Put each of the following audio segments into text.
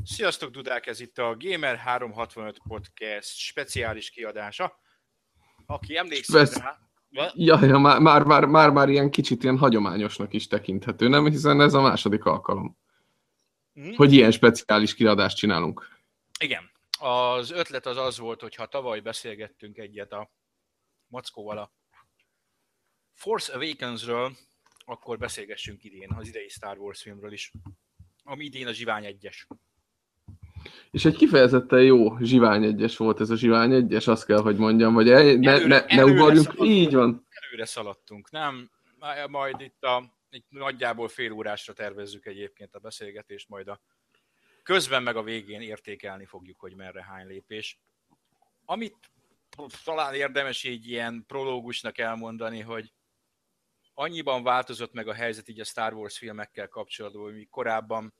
Sziasztok, Dudák! Ez itt a Gamer 365 Podcast speciális kiadása. Aki emlékszik rá... Ja, már ilyen kicsit ilyen hagyományosnak is tekinthető, nem? Hiszen ez a második alkalom, hogy ilyen speciális kiadást csinálunk. Igen. Az ötlet az volt, hogy ha tavaly beszélgettünk egyet a Mackóval a Force Awakensről, akkor beszélgessünk idén az idei Star Wars filmről is, ami idén a Zsivány 1-es. És egy kifejezetten jó Zsivány 1-es volt ez a Zsivány 1-es, azt kell, hogy mondjam, vagy ne ugorjunk. Így van. Előre szaladtunk, nem? Majd itt nagyjából fél órásra tervezzük egyébként a beszélgetést, majd a közben meg a végén értékelni fogjuk, hogy merre hány lépés. Amit talán érdemes egy ilyen prológusnak elmondani, hogy annyiban változott meg a helyzet így a Star Wars filmekkel kapcsolatban, hogy korábban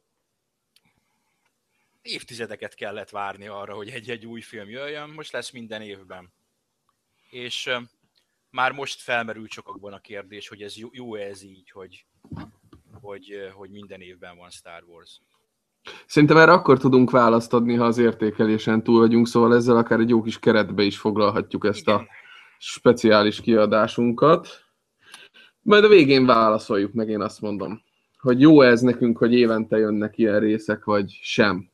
évtizedeket kellett várni arra, hogy egy új film jöjjön, most lesz minden évben. És már most felmerült sokakban a kérdés, hogy ez jó ez így, hogy minden évben van Star Wars. Szerintem erre akkor tudunk választ adni, ha az értékelésen túl vagyunk, szóval ezzel akár egy jó kis keretbe is foglalhatjuk ezt a speciális kiadásunkat. Majd a végén válaszoljuk meg, én azt mondom, hogy jó ez nekünk, hogy évente jönnek ilyen részek, vagy sem.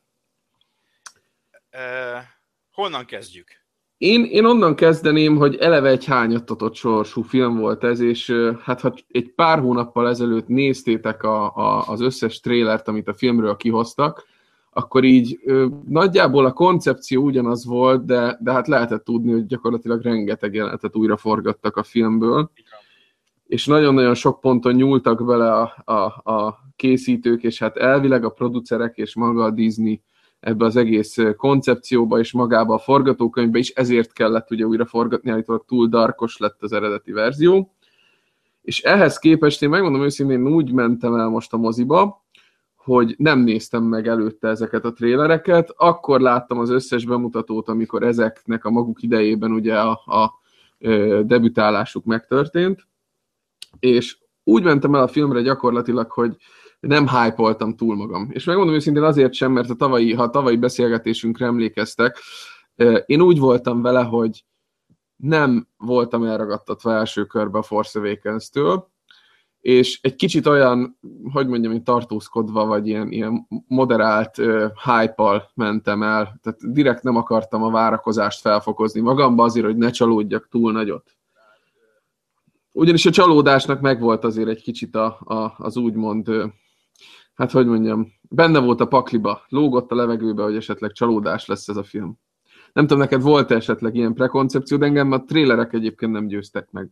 Honnan kezdjük? Én onnan kezdeném, hogy eleve egy hányattatott sorsú film volt ez, és hát ha egy pár hónappal ezelőtt néztétek az összes trélert, amit a filmről kihoztak, akkor így nagyjából a koncepció ugyanaz volt, de hát lehetett tudni, hogy gyakorlatilag rengeteg jelenetet újra forgattak a filmből, és nagyon-nagyon sok ponton nyúltak bele a készítők, és hát elvileg a producerek és maga a Disney ebbe az egész koncepcióba és magába a forgatókönyvbe is, ezért kellett ugye újra forgatni, állítólag túl darkos lett az eredeti verzió. És ehhez képest én megmondom őszintén, úgy mentem el most a moziba, hogy nem néztem meg előtte ezeket a trélereket, akkor láttam az összes bemutatót, amikor ezeknek a maguk idejében ugye a debütálásuk megtörtént, és úgy mentem el a filmre gyakorlatilag, hogy nem hype-oltam túl magam. És megmondom őszintén azért sem, mert ha a tavalyi beszélgetésünkre emlékeztek, én úgy voltam vele, hogy nem voltam elragadtatva első körbe a Force Awakens-től, és egy kicsit olyan, hogy mondjam, tartózkodva, vagy ilyen moderált hype-al mentem el. Tehát direkt nem akartam a várakozást felfokozni magamba azért, hogy ne csalódjak túl nagyot. Ugyanis a csalódásnak megvolt azért egy kicsit az úgymond, hát hogy mondjam, benne volt a pakliba, lógott a levegőbe, hogy esetleg csalódás lesz ez a film. Nem tudom, neked volt esetleg ilyen prekoncepció, de engem a trélerek egyébként nem győztek meg.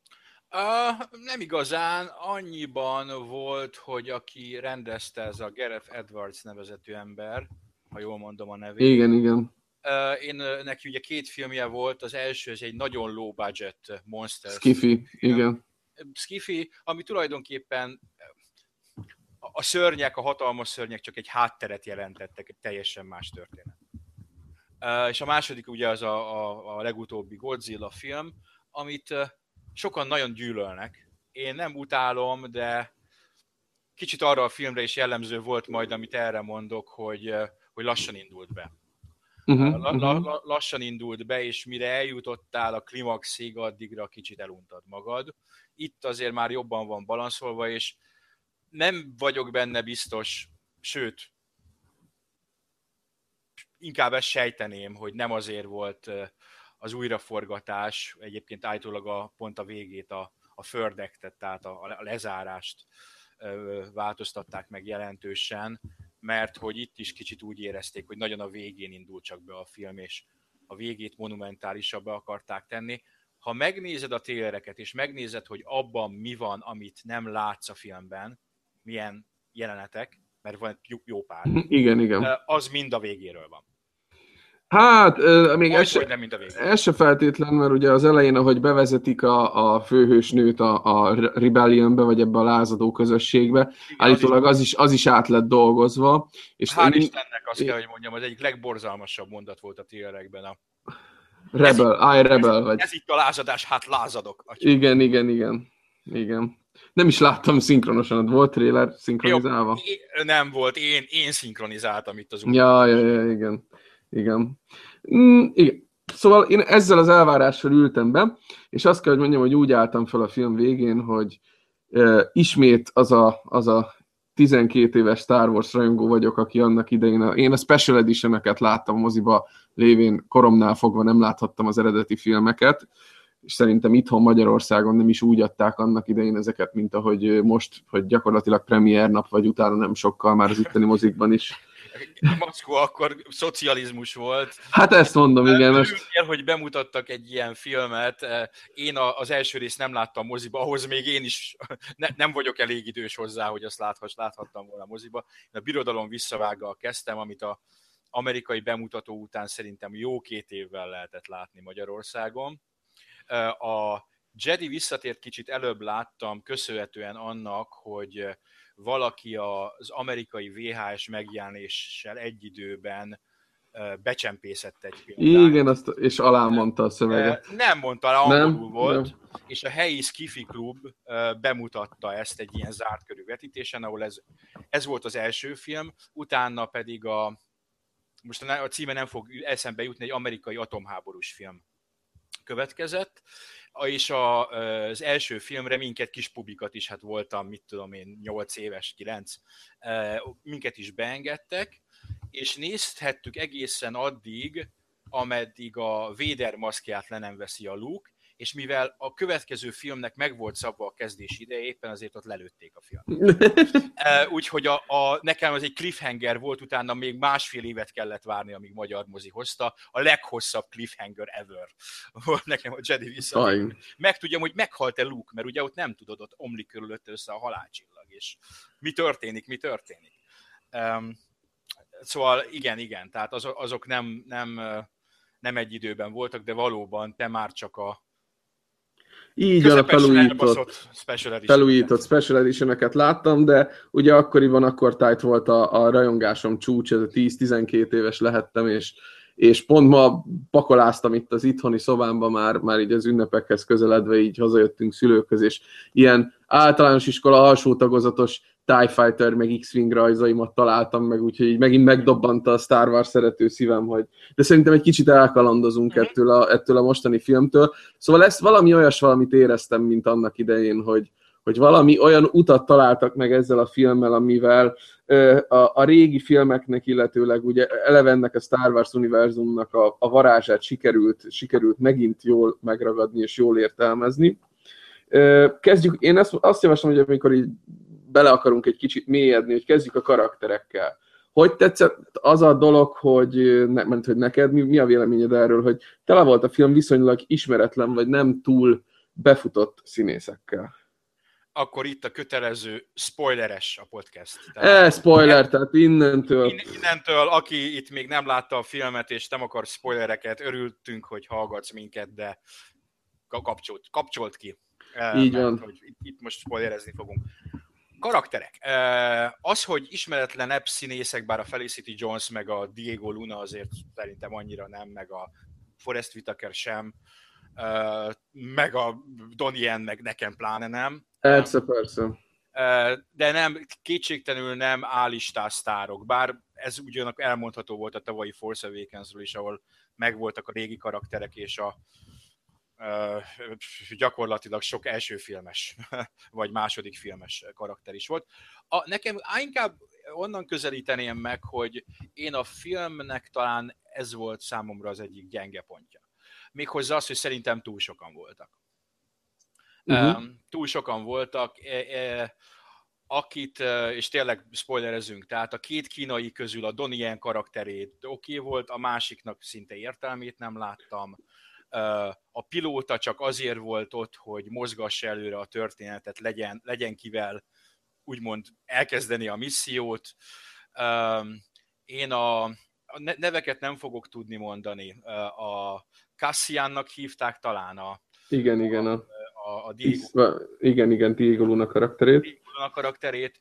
Nem igazán, annyiban volt, hogy aki rendezte, ez a Gareth Edwards nevezetű ember, ha jól mondom a nevét. Igen. Neki ugye 2 filmje volt, az első ez egy nagyon low budget Monsters. Skiffy, igen. Skiffy, ami tulajdonképpen a szörnyek, a hatalmas szörnyek csak egy hátteret jelentettek, egy teljesen más történet. És a második ugye az a legutóbbi Godzilla film, amit sokan nagyon gyűlölnek. Én nem utálom, de kicsit arra a filmre is jellemző volt majd, amit erre mondok, hogy lassan indult be. Lassan indult be, és mire eljutottál a klimaxig, addigra kicsit eluntad magad. Itt azért már jobban van balanszolva, és nem vagyok benne biztos, sőt, inkább ezt sejteném, hogy nem azért volt az újraforgatás, egyébként állítólag pont a végét, a fördektet, tehát a lezárást változtatták meg jelentősen, mert hogy itt is kicsit úgy érezték, hogy nagyon a végén indult csak be a film, és a végét monumentálisabbá akarták tenni. Ha megnézed a trélereket, és megnézed, hogy abban mi van, amit nem látsz a filmben, milyen jelenetek, mert van jó pár. Igen. Az mind a végéről van. Hát, még ez se feltétlen, mert ugye az elején, ahogy bevezetik a főhősnőt a Rebellionbe, vagy ebbe a lázadó közösségbe, igen, állítólag az is át lett dolgozva. És hál' Istennek azt kell, hogy mondjam, az egyik legborzalmasabb mondat volt a trélerekben. Rebel. Ez itt a lázadás, hát lázadok. Igen. Nem is láttam szinkronosan, volt trailer Jó, szinkronizálva? nem volt, én szinkronizáltam itt az új. Ja, igen. Igen. Igen. Szóval én ezzel az elvárással ültem be, és azt kell, hogy mondjam, hogy úgy álltam fel a film végén, hogy ismét az a 12 éves Star Wars rajongó vagyok, aki annak idején, én a Special Edition-eket láttam moziba, lévén koromnál fogva nem láthattam az eredeti filmeket, és szerintem itthon Magyarországon nem is úgy adták annak idején ezeket, mint ahogy most, hogy gyakorlatilag premier nap, vagy utána nem sokkal már az itteni mozikban is. Maszkó akkor szocializmus volt. Hát ezt mondom, igen. Örülnél, hogy bemutattak egy ilyen filmet. Én az első részt nem láttam moziba, ahhoz még én is nem vagyok elég idős hozzá, hogy azt láthattam volna moziba. Én a Birodalom visszavággal kezdtem, amit az amerikai bemutató után szerintem jó 2 évvel lehetett látni Magyarországon. A Jedi visszatért kicsit előbb láttam, köszönhetően annak, hogy valaki az amerikai VHS megjelenéssel egy időben becsempészett egy példányt. Igen, és alá mondta a szöveget. Nem mondta, angolul volt, nem. És a helyi Skiffy Klub bemutatta ezt egy ilyen zárt körű vetítésen, ahol ez volt az első film, utána pedig most a címe nem fog eszembe jutni, egy amerikai atomháborús film következett, és az első filmre minket kis pubikat is, hát voltam, mit tudom én, 8 éves, 9, minket is beengedtek, és nézhettük egészen addig, ameddig a Vader maszkját le nem veszi a Luke, és mivel a következő filmnek meg volt szabva a kezdés ideje, éppen azért ott lelőtték a filmet. Úgyhogy nekem ez egy cliffhanger volt, utána még 1,5 évet kellett várni, amíg magyar mozi hozta. A leghosszabb cliffhanger ever volt nekem a Jedi visszatérő. Megtudjam, hogy meghalt-e Luke, mert ugye ott nem tudod, ott omlik körülötte össze a halálcsillag, és mi történik. Szóval igen, tehát azok nem egy időben voltak, de valóban te már csak a így van, a felújított Special Edition-eket láttam, de ugye akkoriban akkor tájt volt a rajongásom csúcs, ez a 10-12 éves lehettem, és pont ma pakoláztam itt az itthoni szobámba már így az ünnepekhez közeledve, így hazajöttünk szülőkhöz, és ilyen általános iskola alsó tagozatos TIE Fighter meg X-Wing rajzaimat találtam meg, úgyhogy így megint megdobbanta a Star Wars szerető szívem, de szerintem egy kicsit elkalandozunk ettől a mostani filmtől. Szóval ezt valamit éreztem, mint annak idején, hogy valami olyan utat találtak meg ezzel a filmmel, amivel a régi filmeknek, illetőleg ugye eleve ennek a Star Wars univerzumnak a varázsát sikerült megint jól megragadni és jól értelmezni. Kezdjük, én azt javaslom, hogy amikor így bele akarunk egy kicsit mélyedni, hogy kezdjük a karakterekkel. Hogy tetszett az a dolog, hogy neked mi a véleményed erről, hogy tele volt a film viszonylag ismeretlen, vagy nem túl befutott színészekkel? Akkor itt a kötelező spoileres a podcast. Spoiler, tehát innentől, aki itt még nem látta a filmet, és nem akar spoilereket, örültünk, hogy hallgatsz minket, de kapcsolt ki. Így van. Hogy itt most spoilerezni fogunk. Karakterek. Az, hogy ismeretlenebb színészek, bár a Felicity Jones meg a Diego Luna azért szerintem annyira nem, meg a Forest Whitaker sem, meg a Donnie Yen meg nekem pláne nem. Persze. De nem, kétségtelenül nem állistás sztárok, bár ez ugyanak elmondható volt a tavalyi Force Awakensről is, ahol megvoltak a régi karakterek, és gyakorlatilag sok elsőfilmes, vagy második filmes karakter is volt. Nekem inkább onnan közelíteném meg, hogy én a filmnek talán ez volt számomra az egyik gyenge pontja. Méghozzá az, hogy szerintem túl sokan voltak. Túl sokan voltak, akit, és tényleg spoilerezünk, tehát a 2 kínai közül a Donnie Yen karakterét oké volt, a másiknak szinte értelmét nem láttam. A pilóta csak azért volt ott, hogy mozgassa előre a történetet, legyen kivel úgymond elkezdeni a missziót. Én a neveket nem fogok tudni mondani. A Cassiannak hívták talán Igen, Diego Luna karakterét.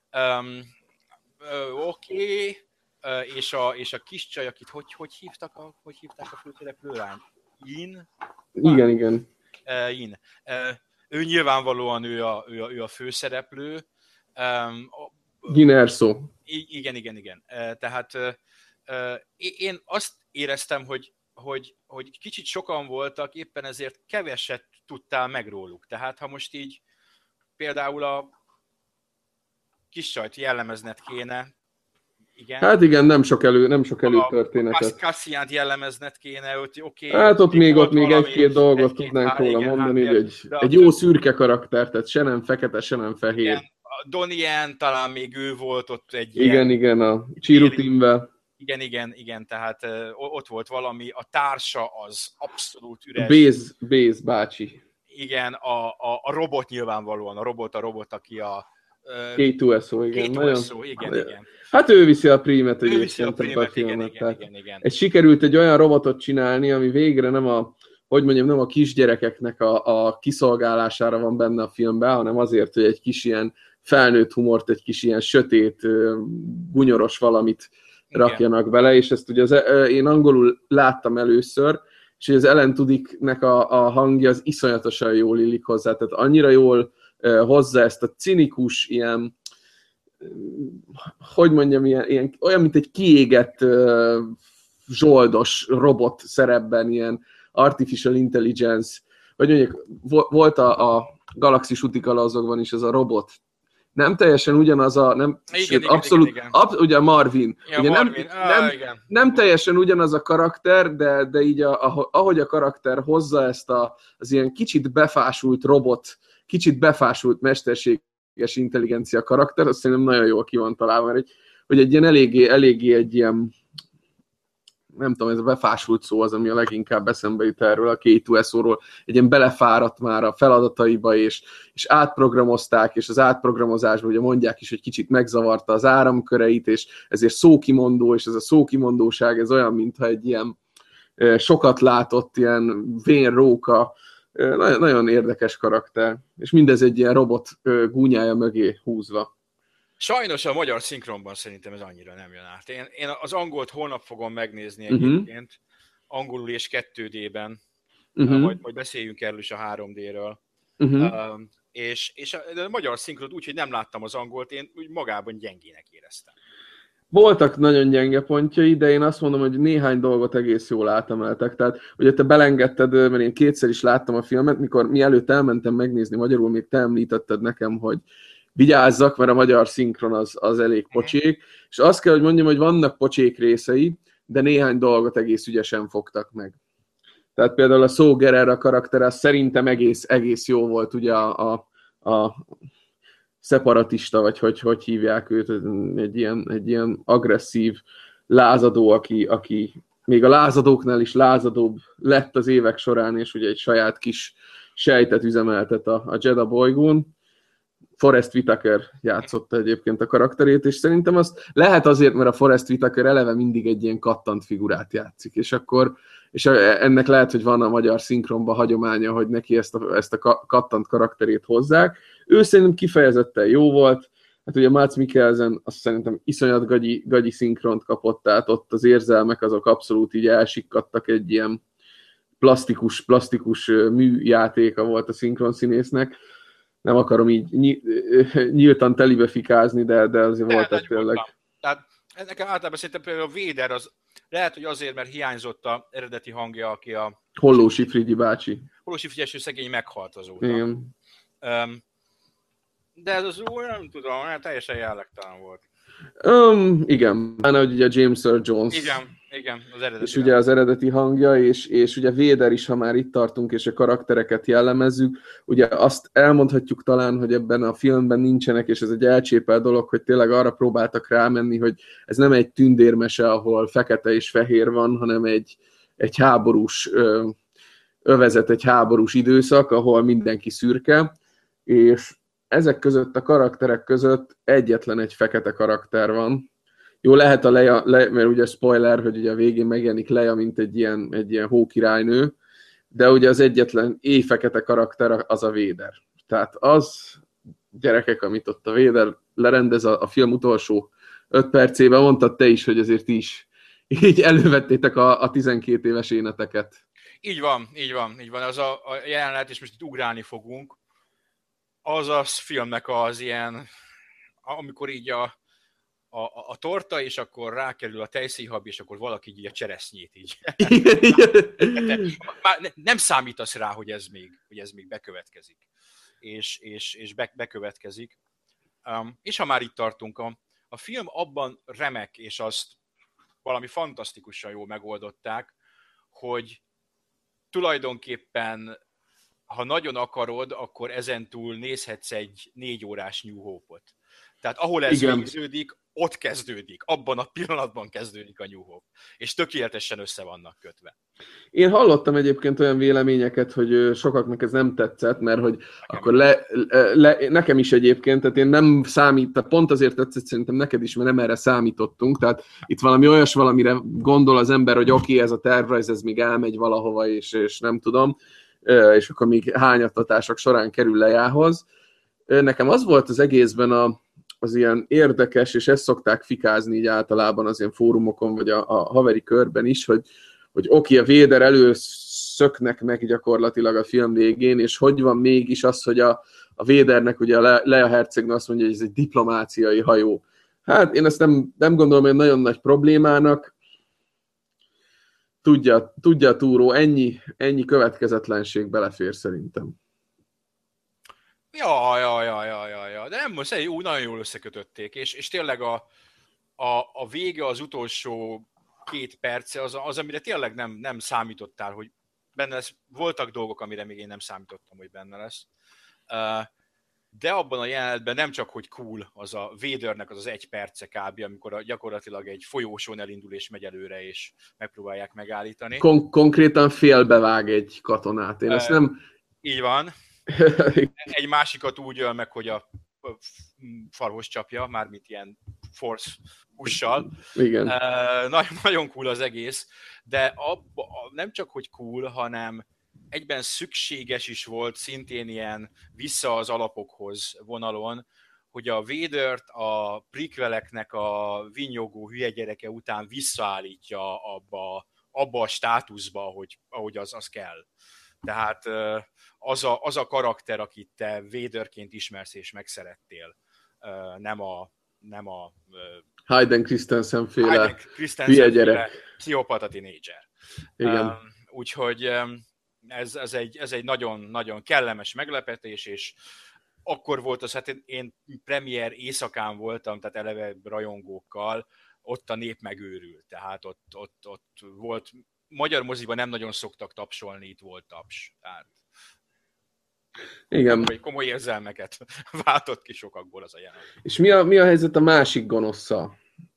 Oké. És a kis csaj, akit hogy hívták a főszereplő lányt? Yin? Igen. Yin. ő nyilvánvalóan ő a főszereplő. Ginerso. Igen. Tehát én azt éreztem, hogy kicsit sokan voltak, éppen ezért keveset tudtál meg róluk. Tehát ha most így például a kis csajt jellemezned kéne, igen. Hát igen, nem sok előtörténetet. Cassiant jellemezned kéne, hogy oké. Hát ott még egy-két dolgot tudnánk róla mondani, hogy egy jó szürke karakter, tehát se nem fekete, se nem fehér. Igen, a Donnie talán még ő volt ott egy igen, a Chirutimvel. Igen, tehát ott volt valami, a társa az abszolút üres. Béz bácsi. Igen, a robot nyilvánvalóan, a robot, aki a... K2SO, igen. K2SO, igen. Hát ő viszi a prímet egyébként a filmet. Igen. Sikerült egy olyan robotot csinálni, ami végre nem a kisgyerekeknek a kiszolgálására van benne a filmben, hanem azért, hogy egy kis ilyen felnőtt humort, egy kis ilyen sötét, gunyoros valamit rakjanak bele, és ezt ugye én angolul láttam először, és az Ellen Tudyknek a hangja az iszonyatosan jól illik hozzá, tehát annyira jól hozzá ezt a cinikus, ilyen, hogy mondjam, ilyen, olyan, mint egy kiégett zsoldos robot szerepben, ilyen artificial intelligence, vagy mondjuk volt a Galaxis útikalazokban is ez a robot. Nem teljesen ugyanaz ugye Marvin. Ja, ugye Marvin. Nem teljesen ugyanaz a karakter, de így ahogy a karakter hozza ezt az ilyen kicsit befásult robot, kicsit befásult mesterséges intelligencia karakter, azt szerintem nagyon jól ki van találva, mert hogy egy ilyen eléggé egy ilyen, nem tudom, ez a befásult szó az, ami a leginkább eszembe jut erről a K2SO-ról, egy ilyen belefáradt már a feladataiba, és átprogramozták, és az átprogramozásban ugye mondják is, hogy kicsit megzavarta az áramköreit, és ezért szókimondó, és ez a szókimondóság, ez olyan, mintha egy ilyen sokat látott, ilyen vén róka, nagyon érdekes karakter, és mindez egy ilyen robot gúnyája mögé húzva. Sajnos a magyar szinkronban szerintem ez annyira nem jön át. Én az angolt holnap fogom megnézni egyébként, angolul és 2D-ben, majd beszéljünk erről is a 3D-ről. És a magyar szinkront úgy, hogy nem láttam az angolt, én úgy magában gyengének éreztem. Voltak nagyon gyenge pontjai, de én azt mondom, hogy néhány dolgot egész jól átemeltek. Tehát, ugye te belengedted, mert én kétszer is láttam a filmet, mielőtt elmentem megnézni magyarul, még te említetted nekem, hogy vigyázzak, mert a magyar szinkron az elég pocsék, és azt kell, hogy mondjam, hogy vannak pocsék részei, de néhány dolgot egész ügyesen fogtak meg. Tehát például a Saw Gerrera karakter, az szerintem egész jó volt, ugye a szeparatista, vagy hogy hívják őt, egy ilyen agresszív lázadó, aki még a lázadóknál is lázadóbb lett az évek során, és ugye egy saját kis sejtet üzemeltet a Jedha bolygón. Forrest Whitaker játszotta egyébként a karakterét, és szerintem azt lehet azért, mert a Forrest Whitaker eleve mindig egy ilyen kattant figurát játszik, és ennek lehet, hogy van a magyar szinkronban hagyománya, hogy neki ezt a kattant karakterét hozzák. Ő szerintem kifejezetten jó volt, hát ugye Mads Mikkelsen azt szerintem iszonyat gagyi szinkront kapott, tehát ott az érzelmek azok abszolút így elsikkadtak, egy ilyen plastikus műjátéka volt a szinkronszínésznek. Nem akarom így nyíltan telibe fikázni, de azért voltak tényleg. Tehát nekem általában szerintem például a Vader az lehet, hogy azért, mert hiányzott az eredeti hangja, aki a... Hollósi Frigyi bácsi. Hollósi Frigyes, ő szegény meghalt azóta. Igen. De ez az úr, nem tudom, teljesen jellegtelen volt. Igen, hogy ugye James Earl Jones. Igen, az eredeti. És ugye az eredeti hangja, és ugye Vader is, ha már itt tartunk, és a karaktereket jellemezzük, ugye azt elmondhatjuk talán, hogy ebben a filmben nincsenek, és ez egy elcsépelt dolog, hogy tényleg arra próbáltak rámenni, hogy ez nem egy tündérmese, ahol fekete és fehér van, hanem egy háborús övezet, egy háborús időszak, ahol mindenki szürke, és ezek között a karakterek között egyetlen egy fekete karakter van. Jó, lehet a Leia, mert ugye spoiler, hogy ugye a végén megjelenik Leia, mint egy ilyen hókirálynő, de ugye az egyetlen éjfekete karakter az a Vader. Tehát az, gyerekek, amit ott a Vader lerendez a film utolsó 5 percében, mondtad te is, hogy azért is így elővettétek a 12 éves éneteket. Így van. Az a jelenet, és most itt ugrálni fogunk, az a filmnek az ilyen, amikor így a torta, és akkor rákerül a tejszínhab, és akkor valaki így a cseresznyét így. Már nem számítasz rá, hogy ez még bekövetkezik. És bekövetkezik. És ha már itt tartunk, a film abban remek, és azt valami fantasztikusan jól megoldották, hogy tulajdonképpen, ha nagyon akarod, akkor ezentúl nézhetsz egy 4 órás New Hope-ot. Tehát ahol ez végződik, ott kezdődik. Abban a pillanatban kezdődik a New Hope. És tökéletesen össze vannak kötve. Én hallottam egyébként olyan véleményeket, hogy sokaknak ez nem tetszett, mert hogy nekem akkor nekem is egyébként, tehát én nem számít, pont azért tetszett szerintem neked is, mert nem erre számítottunk, tehát itt valami olyas valamire gondol az ember, hogy oké, ez a tervrajz, ez még elmegy valahova, és nem tudom, és akkor még hányattatások során kerül lejához. Nekem az volt az egészben az ilyen érdekes, és ezt szokták fikázni így általában az ilyen fórumokon, vagy a haveri körben is, hogy oké, a Vader előszöknek meg gyakorlatilag a film végén, és hogy van mégis az, hogy a Vadernek ugye a Leia hercegnő azt mondja, hogy ez egy diplomáciai hajó. Hát én ezt nem gondolom, hogy nagyon nagy problémának. Tudja a túró, ennyi következetlenség belefér szerintem. Ja. De nem most, nagyon jól összekötötték, és tényleg a vége, az utolsó 2 perce, az amire tényleg nem számítottál, hogy benne lesz. Voltak dolgok, amire még én nem számítottam, hogy benne lesz. De abban a jelenetben nem csak, hogy cool az a Vadernek az 1 perce kb., amikor gyakorlatilag egy folyósón elindul és megy előre, és megpróbálják megállítani. Konkrétan félbevág egy katonát. Én ezt nem... Így van. Egy másikat úgy öl meg, hogy a farhoz csapja, mármint ilyen force push-sal. Igen. Nagyon cool az egész, de nem csak, hogy cool, hanem egyben szükséges is volt, szintén ilyen vissza az alapokhoz vonalon, hogy a Vadert a prequeleknek a vinnyogó hülye gyereke után visszaállítja abba a státuszba, ahogy az kell. Tehát az a karakter, akit te Vaderként ismersz és megszerettél, nem a Hayden Christensen féle hülye gyerek. Pszichopata tínédzser. Igen. Úgyhogy ez egy nagyon-nagyon kellemes meglepetés, és akkor volt az, hát én premier éjszakán voltam, tehát eleve rajongókkal, ott a nép megőrült, tehát ott volt, magyar moziban nem nagyon szoktak tapsolni, itt volt taps. Tehát igen. Komoly érzelmeket váltott ki sokakból az a jelenet. És mi a helyzet a másik gonosszal?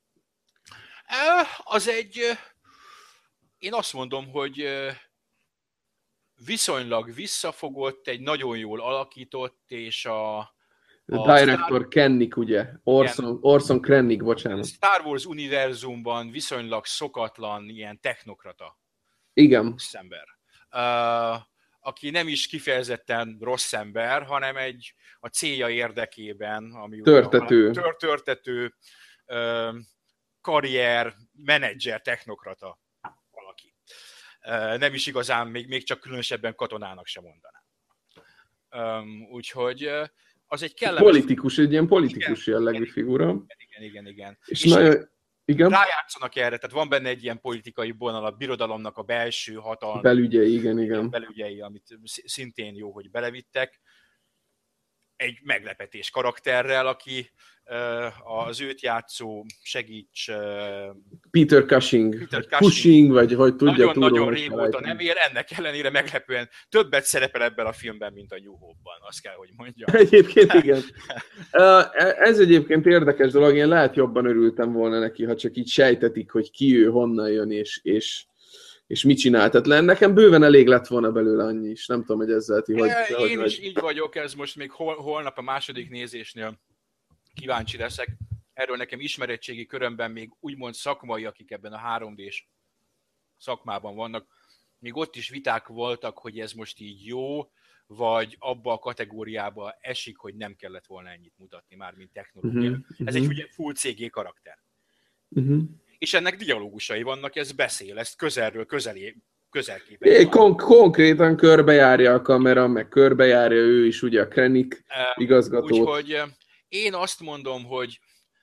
Én azt mondom, hogy viszonylag visszafogott, egy nagyon jól alakított, és a director Krennic, ugye? Orson Krennic, bocsánat. Star Wars univerzumban viszonylag szokatlan ilyen technokrata. Igen. Ember. Aki nem is kifejezetten rossz ember, hanem a célja érdekében, ami törtető karrier, menedzser, technokrata valaki. Nem is igazán, még csak különösebben katonának sem mondanám. Úgyhogy az egy kellemes... Politikus, egy ilyen politikus jellegű figura. Igen. És nagyon... Igen? Rájátszanak erre, tehát van benne egy ilyen politikai vonal, a birodalomnak a belső hatalmi belügyei, igen. Belügyei, amit szintén jó, hogy belevittek. Egy meglepetés karakterrel, aki az őt játszó segíts... Peter Cushing, vagy hogy tudja. Nagyon régóta nem ér, ennek ellenére meglepően többet szerepel ebben a filmben, mint a New Hope-ban, azt kell, hogy mondjam. Egyébként igen. Ez egyébként érdekes dolog, én lehet jobban örültem volna neki, ha csak így sejtetik, hogy ki ő, honnan jön, és mit csinál. Tehát nekem bőven elég lett volna belőle annyi is. Nem tudom, hogy ezzel ti hogy... Én is így vagyok, ez most még holnap a második nézésnél kíváncsi leszek. Erről nekem ismeretségi körömben még úgymond szakmai, akik ebben a 3D-s szakmában vannak, még ott is viták voltak, hogy ez most így jó, vagy abba a kategóriába esik, hogy nem kellett volna ennyit mutatni már, mint technológia. Ez egy ugye full CG karakter. És ennek dialógusai vannak, ez beszél, ezt közelről közelképen. Konkrétan körbejárja a kamera, meg körbejárja ő is, ugye a Krennic igazgatót. Úgyhogy én azt mondom, hogy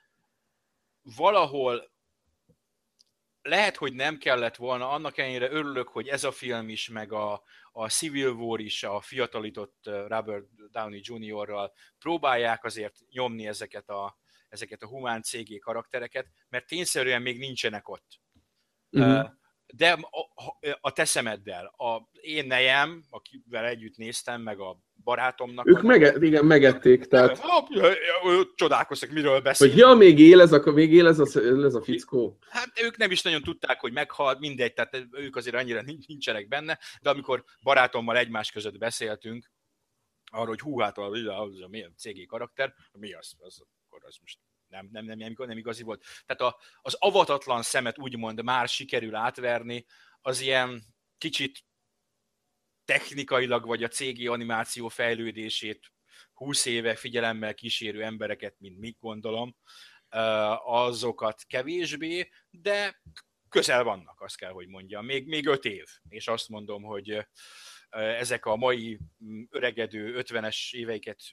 valahol lehet, hogy nem kellett volna, annak ellenére örülök, hogy ez a film is, meg a Civil War is a fiatalított Robert Downey Jr.-ral próbálják azért nyomni ezeket a humán CG karaktereket, mert tényszerűen még nincsenek ott. De a te szemeddel, én nejem, akivel együtt néztem, meg a barátomnak... Ők megették, tehát... Csodálkoztak, miről beszélünk. Hogy ja, még él ez a fickó. Hát ők nem is nagyon tudták, hogy meghalt, mindegy, tehát ők azért annyira nincsenek benne, de amikor barátommal egymás között beszéltünk, arról, hogy hú, hát az a milyen CG karakter, mi az? Akkor az most nem igazi volt. Tehát az avatatlan szemet úgymond már sikerül átverni, az ilyen kicsit technikailag, vagy a CG animáció fejlődését 20 éve figyelemmel kísérő embereket, mint mi gondolom, azokat kevésbé, de közel vannak, azt kell, hogy mondjam. Még 5 év, és azt mondom, hogy ezek a mai öregedő 50-es éveiket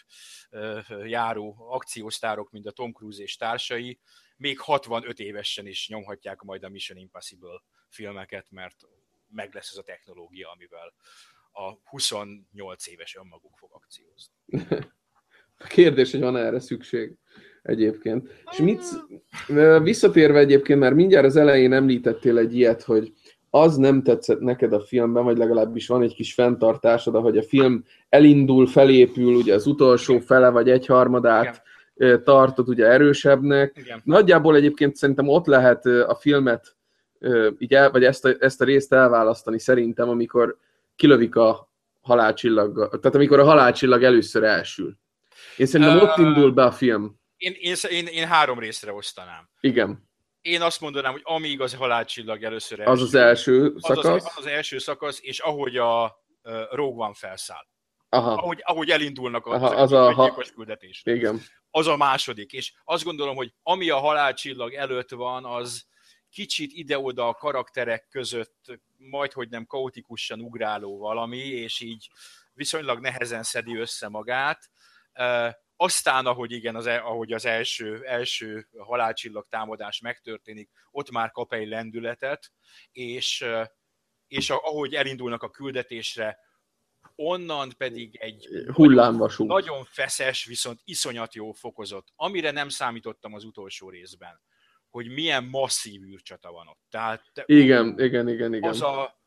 járó akciósztárok, mint a Tom Cruise és társai, még 65 évesen is nyomhatják majd a Mission Impossible filmeket, mert meg lesz ez a technológia, amivel a 28 éves önmaguk fog akciózni. A kérdés, hogy van erre szükség egyébként. És visszatérve egyébként, már mindjárt az elején említettél egy ilyet, hogy az nem tetszett neked a filmben, vagy legalábbis van egy kis fenntartásod, ahogy a film elindul, felépül, ugye az utolsó fele, vagy egyharmadát tartod ugye erősebbnek. Igen. Nagyjából egyébként szerintem ott lehet a filmet, vagy ezt a részt elválasztani szerintem, amikor kilövik a halálcsillaggal, tehát amikor a halálcsillag először elsül. Én szerintem ott indul be a film. Én 3 részre osztanám. Igen. Én azt mondanám, hogy amíg az halálcsillag először elsül. Az az első szakasz. Az első szakasz, és ahogy a Rogue One felszáll. Aha. Ahogy elindulnak az a gyilkos küldetésre. Igen. Az a második. És azt gondolom, hogy ami a halálcsillag előtt van, az kicsit ide-oda a karakterek között majdhogy nem kaotikusan ugráló valami, és így viszonylag nehezen szedi össze magát. Aztán, ahogy az első halálcsillag támadás megtörténik, ott már kap egy lendületet, és ahogy elindulnak a küldetésre, onnan pedig egy hullámvasút. Nagyon feszes, viszont iszonyat jó fokozott, amire nem számítottam az utolsó részben, hogy milyen masszív űrcsata van ott. Tehát, igen. Az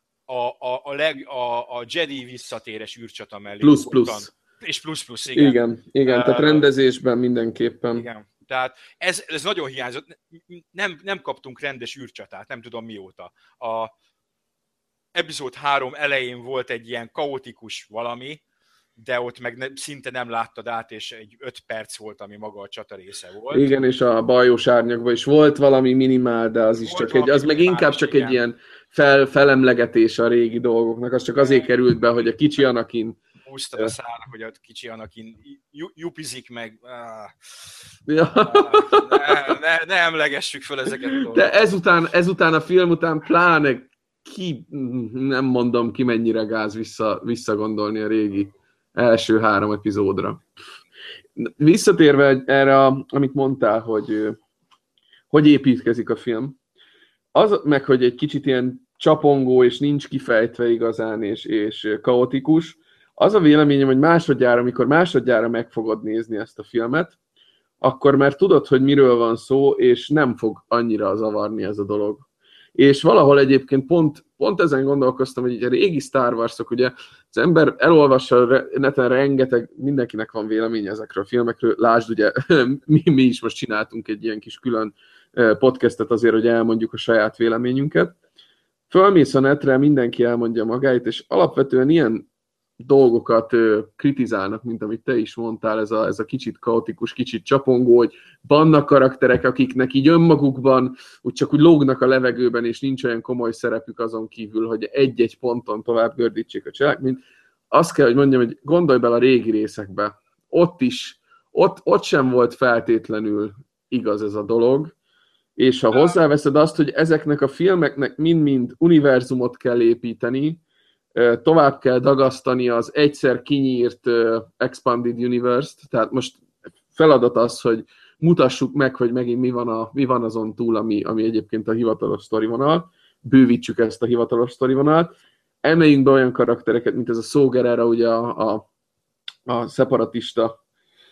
a Jedi visszatéres űrcsata mellé. Plusz. És plusz, igen. Igen, tehát rendezésben mindenképpen. Igen, tehát ez nagyon hiányzott. Nem kaptunk rendes űrcsatát, nem tudom mióta. A epizód 3 elején volt egy ilyen kaotikus valami, de ott meg szinte nem láttad át, és egy 5 perc volt, ami maga a csata része volt. Igen, és a bajós árnyakban is volt valami minimál, de az is csak az meg inkább csak egy ilyen felemlegetés a régi dolgoknak, az csak azért került be, hogy a kicsi Anakin húztad a szára, hogy a kicsi Anakin jupizik meg. Ne emlegessük föl ezeket a dolgokat. De ezután a film után pláne nem mondom ki mennyire gáz visszagondolni a régi első 3 epizódra. Visszatérve erre, amit mondtál, hogy építkezik a film, az meg, hogy egy kicsit ilyen csapongó, és nincs kifejtve igazán, és kaotikus, az a véleményem, hogy amikor másodjára meg fogod nézni ezt a filmet, akkor már tudod, hogy miről van szó, és nem fog annyira zavarni ez a dolog. És valahol egyébként pont ezen gondolkoztam, hogy a régi Star Wars-ok, ugye az ember elolvassa neten rengeteg, mindenkinek van véleménye ezekről a filmekről, lásd, ugye mi is most csináltunk egy ilyen kis külön podcastet azért, hogy elmondjuk a saját véleményünket. Fölmész a netre, mindenki elmondja magáit, és alapvetően ilyen dolgokat kritizálnak, mint amit te is mondtál, ez a kicsit kaotikus, kicsit csapongó, hogy vannak karakterek, akiknek így önmagukban csak úgy lógnak a levegőben, és nincs olyan komoly szerepük azon kívül, hogy egy-egy ponton tovább gördítsék a cselekményt. Azt kell, hogy mondjam, hogy gondolj bele a régi részekbe. Ott sem volt feltétlenül igaz ez a dolog, És ha hozzáveszed azt, hogy ezeknek a filmeknek mind-mind univerzumot kell építeni, tovább kell dagasztani az egyszer kinyírt Expanded Universe-t, tehát most feladat az, hogy mutassuk meg, hogy megint mi van azon túl, ami egyébként a hivatalos sztorivonal, bővítsük ezt a hivatalos sztorivonalat, emeljünk be olyan karaktereket, mint ez a Saw Gerrera, ugye a szeparatista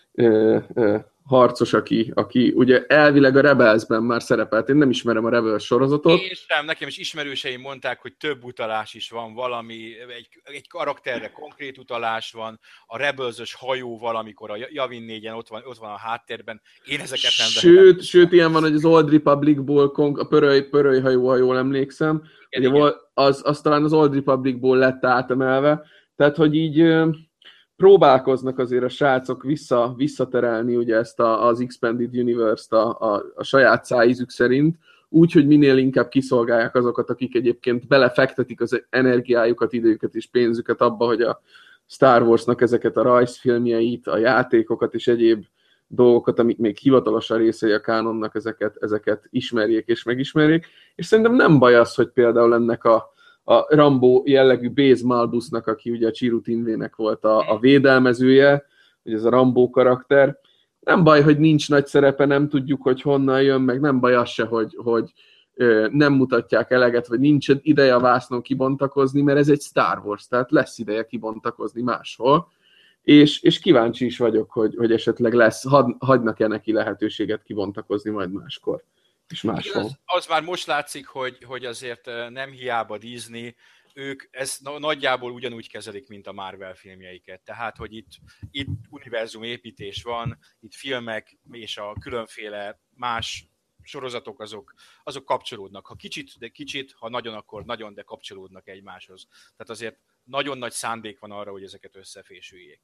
harcos, aki ugye elvileg a Rebelsben már szerepelt. Én nem ismerem a Rebels sorozatot. Én sem, nekem is ismerőseim mondták, hogy több utalás is van, valami, egy karakterre konkrét utalás van, a Rebels-ös hajó valamikor a Yavin 4-en ott van a háttérben. Én ezeket nem vehetem. Sőt, ilyen van, hogy az Old Republicból, a pöröly hajó, ha jól emlékszem, igen, ugye az talán az Old Republicból lett átemelve. Tehát, hogy így próbálkoznak azért a srácok visszaterelni ugye ezt az Expanded Universe-t a saját szájízük szerint, úgy, hogy minél inkább kiszolgálják azokat, akik egyébként belefektetik az energiájukat, időket és pénzüket abba, hogy a Star Warsnak ezeket a rajzfilmjeit, a játékokat és egyéb dolgokat, amik még hivatalosan részei a kánonnak, ezeket ismerjék és megismerjék. És szerintem nem baj az, hogy például ennek a Rambo jellegű Baze Malbusnak, aki ugye a Chirutinvének volt a védelmezője, ugye ez a Rambo karakter. Nem baj, hogy nincs nagy szerepe, nem tudjuk, hogy honnan jön, meg nem baj az se, hogy nem mutatják eleget, vagy nincs ideje a vásznon kibontakozni, mert ez egy Star Wars, tehát lesz ideje kibontakozni máshol. És kíváncsi is vagyok, hogy esetleg hagynak-e neki lehetőséget kibontakozni majd máskor. Igen, az már most látszik, hogy azért nem hiába Disney, ők ezt nagyjából ugyanúgy kezelik, mint a Marvel filmjeiket. Tehát, hogy itt univerzum építés van, itt filmek és a különféle más sorozatok azok kapcsolódnak. Ha kicsit, ha nagyon, akkor nagyon, de kapcsolódnak egymáshoz. Tehát azért nagyon nagy szándék van arra, hogy ezeket összefésüljék.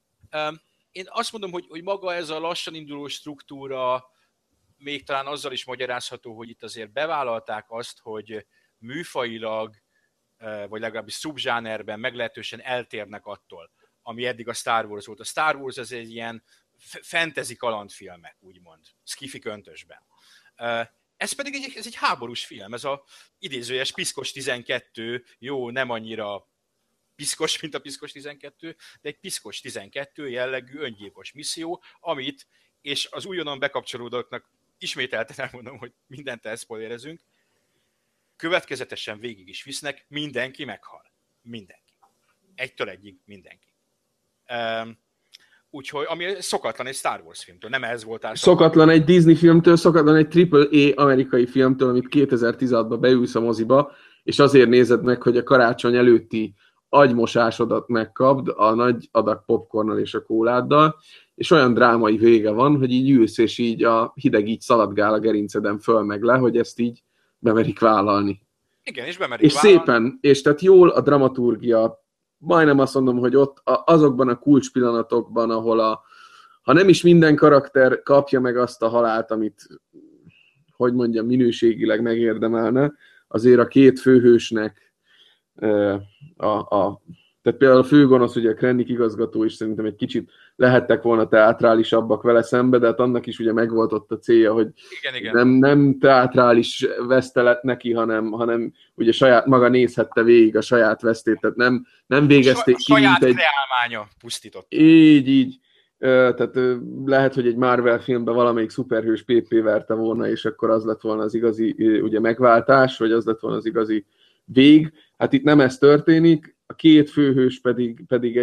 Én azt mondom, hogy maga ez a lassan induló struktúra még talán azzal is magyarázható, hogy itt azért bevállalták azt, hogy műfajilag, vagy legalábbis szubzsánerben meglehetősen eltérnek attól, ami eddig a Star Wars volt. A Star Wars ez egy ilyen fantasy kalandfilmek, úgymond, sci-fi köntösben. Ez pedig egy háborús film, ez a idézőjes Piszkos 12, jó, nem annyira piszkos, mint a Piszkos 12, de egy Piszkos 12 jellegű öngyilkos misszió, amit, és az újonnan bekapcsolódóknak ismételten elmondom, hogy mindent elszpoilerezünk, következetesen végig is visznek, mindenki meghal. Mindenki. Egytől egyig mindenki. Úgyhogy, ami szokatlan egy Star Wars filmtől, nem ez volt szokatlan egy Disney filmtől, szokatlan egy AAA amerikai filmtől, amit 2016-ban beülsz a moziba, és azért nézed meg, hogy a karácsony előtti agymosásodat megkapd a nagy adag popcornnal és a kóláddal, és olyan drámai vége van, hogy így ülsz, és így a hideg így szaladgál a gerinceden föl meg le, hogy ezt így bemerik vállalni. Igen, és bemerik vállalni. Szépen, és tehát jól a dramaturgia, majdnem azt mondom, hogy ott azokban a kulcspillanatokban, ahol ha nem is minden karakter kapja meg azt a halált, amit, hogy mondjam, minőségileg megérdemelne, azért a két főhősnek tehát például a főgonosz, ugye a Krennic igazgató is szerintem egy kicsit lehettek volna teátrálisabbak vele szembe, de hát annak is ugye megvolt ott a célja, hogy igen. Nem teátrális veszte lett neki, hanem ugye saját maga nézhette végig a saját vesztét, tehát nem végezték ki, saját kreálmánya pusztított. Így. Tehát lehet, hogy egy Marvel filmben valamelyik szuperhős PP verte volna, és akkor az lett volna az igazi ugye megváltás, vagy az lett volna az igazi vég. Hát itt nem ez történik, a két főhős pedig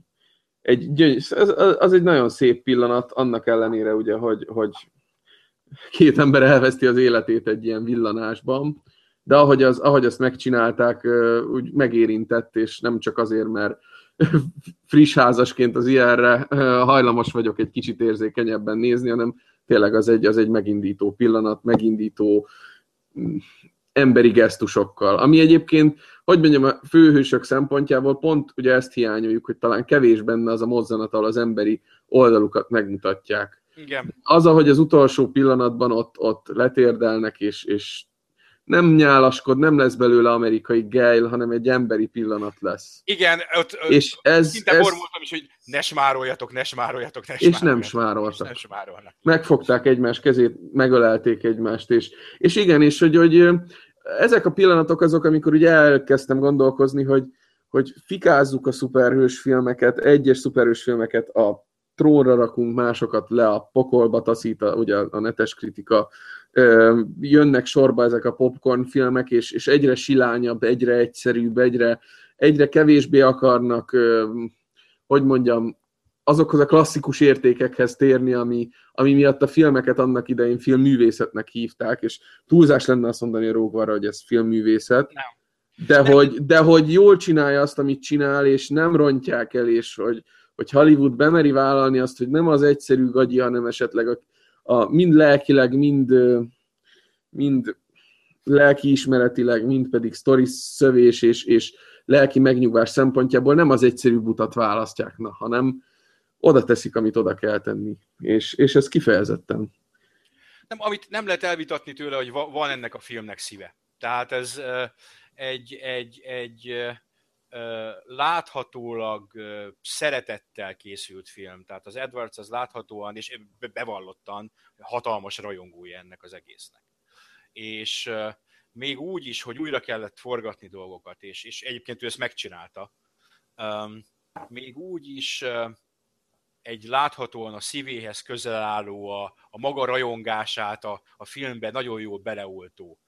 az egy nagyon szép pillanat, annak ellenére ugye, hogy két ember elveszti az életét egy ilyen villanásban, de ahogy azt megcsinálták, úgy megérintett, és nem csak azért, mert friss házasként az ilyenre hajlamos vagyok egy kicsit érzékenyebben nézni, hanem tényleg az egy megindító pillanat, megindító emberi gesztusokkal, ami egyébként, hogy mondjam, a főhősök szempontjából pont ugye ezt hiányoljuk, hogy talán kevés benne az a mozzanat, ahol az emberi oldalukat megmutatják. Igen. Az, ahogy az utolsó pillanatban ott letérdelnek, és nem nyálaskod, nem lesz belőle amerikai Gale, hanem egy emberi pillanat lesz. Igen, ott és szinte mormoltam is, hogy ne smároljatok. És nem smároltak. Megfogták egymás kezét, megölelték egymást, és igen, és hogy ezek a pillanatok azok, amikor ugye elkezdtem gondolkozni, hogy fikázzuk a szuperhős filmeket, egyes szuperhős filmeket a trónra rakunk, másokat le a pokolba taszít, ugye a netes kritika, jönnek sorba ezek a popcorn filmek, és egyre silányabb, egyre egyszerűbb, egyre kevésbé akarnak, hogy mondjam, azokhoz a klasszikus értékekhez térni, ami miatt a filmeket annak idején filmművészetnek hívták, és túlzás lenne azt mondani a Rogue One-ra, hogy ez filmművészet. De hogy jól csinálja azt, amit csinál, és nem rontják el, és hogy Hollywood bemeri vállalni azt, hogy nem az egyszerű gagyi, hanem esetleg mind lelkileg, mind lelkiismeretileg, mind pedig sztori szövés és lelki megnyugvás szempontjából nem az egyszerű butat választják, hanem oda teszik, amit oda kell tenni. És ez kifejezetten. Nem, amit nem lehet elvitatni tőle, hogy van ennek a filmnek szíve. Tehát ez egy láthatólag szeretettel készült film. Tehát az Edwards az láthatóan és bevallottan hatalmas rajongója ennek az egésznek. És még úgy is, hogy újra kellett forgatni dolgokat, és egyébként ő ezt megcsinálta. Még úgy is egy láthatóan a szívéhez közel álló, a maga rajongását a filmben nagyon jól beleoltó.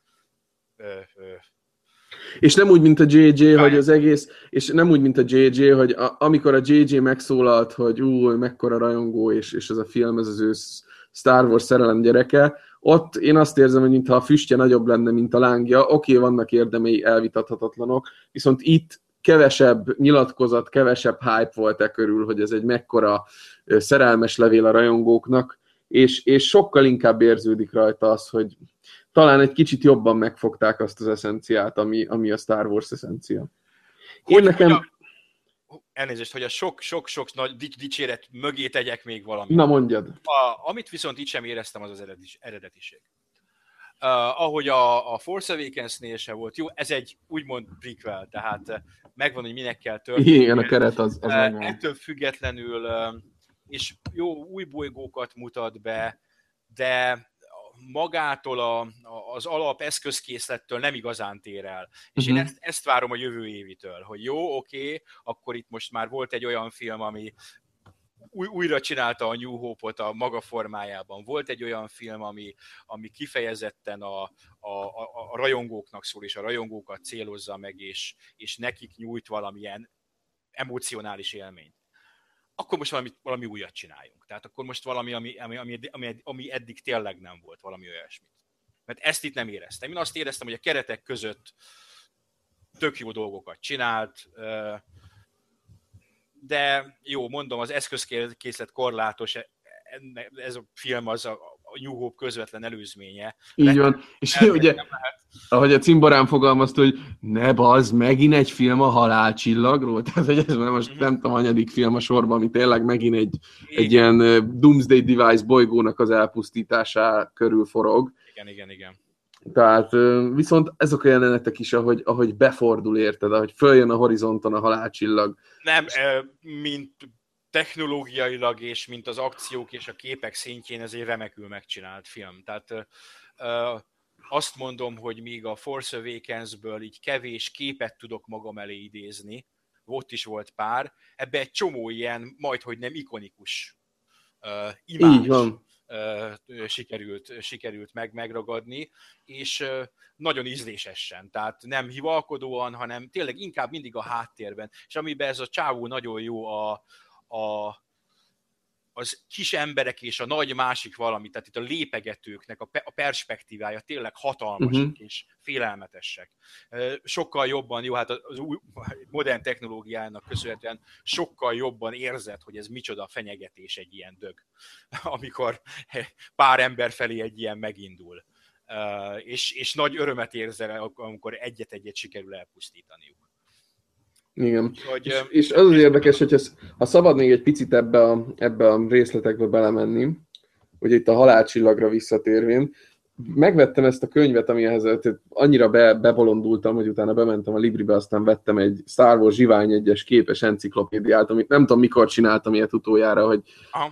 És nem úgy, mint a JJ, hogy az egész, és nem úgy, mint a JJ, hogy amikor a JJ megszólalt, hogy mekkora rajongó, és ez a film, ez az ő Star Wars szerelem gyereke, ott én azt érzem, hogy mintha a füstje nagyobb lenne, mint a lángja. Oké, vannak érdemei elvitathatatlanok, viszont itt kevesebb nyilatkozat, kevesebb hype volt körül, hogy ez egy mekkora szerelmes levél a rajongóknak, és sokkal inkább érződik rajta az, hogy talán egy kicsit jobban megfogták azt az eszenciát, ami a Star Wars eszencia. Elnézést, hogy a sok nagy dicséret mögé tegyek még valamit. Na mondjad. Amit viszont itt sem éreztem, az eredetiség. Ahogy a Force Awakens-nél se volt jó, ez egy úgymond prequel, tehát megvan, hogy minek kell történni. Igen, a keret az megvan. Ettől függetlenül, és jó új bolygókat mutat be, de magától az alap eszközkészlettől nem igazán tér el. És én ezt várom a jövő évitől, hogy jó, oké, akkor itt most már volt egy olyan film, ami újra csinálta a New Hope-ot a maga formájában. Volt egy olyan film, ami kifejezetten a rajongóknak szól, és a rajongókat célozza meg, és nekik nyújt valamilyen emocionális élményt. Akkor most valami újat csináljunk. Tehát akkor most valami, ami eddig tényleg nem volt, valami olyasmit. Mert ezt itt nem éreztem. Én azt éreztem, hogy a keretek között tök jó dolgokat csinált, de jó, mondom, az eszközkészlet korlátos, ez a film az a New Hope közvetlen előzménye. Így van. És ugye, ahogy a cimborán fogalmazta, hogy ne bazd, megint egy film a halálcsillagról, tehát hogy ez most nem tudom, hanyadik film a sorban, ami tényleg megint egy ilyen Doomsday Device bolygónak az elpusztítása körül forog. Igen. Tehát viszont ezek a jelenetek is, ahogy befordul, érted, ahogy följön a horizonton a halálcsillag. Nem, mint technológiailag és mint az akciók és a képek szintjén ez egy remekül megcsinált film. Tehát azt mondom, hogy míg a Force Awakens-ből így kevés képet tudok magam elé idézni, ott is volt pár, ebbe egy csomó ilyen majdhogy nem ikonikus imázs sikerült megragadni, és nagyon ízlésesen, tehát nem hivalkodóan, hanem tényleg inkább mindig a háttérben. És amiben ez a csávó nagyon jó az kis emberek és a nagy másik valami, tehát itt a lépegetőknek a perspektívája tényleg hatalmasok és félelmetesek. Sokkal jobban, jó, hát az új modern technológiának köszönhetően sokkal jobban érzed, hogy ez micsoda fenyegetés egy ilyen dög, amikor pár ember felé egy ilyen megindul. És nagy örömet érzel, amikor egyet-egyet sikerül elpusztítaniuk. Igen. És az érdekes, hogy ha szabad még egy picit ebbe a részletekbe belemenni, hogy itt a halálcsillagra visszatérvén, megvettem ezt a könyvet, amihez annyira bebolondultam, hogy utána bementem a Libribe, aztán vettem egy Star Wars Zsivány egyes képes enciklopédiát, amit nem tudom, mikor csináltam ilyet utoljára, hogy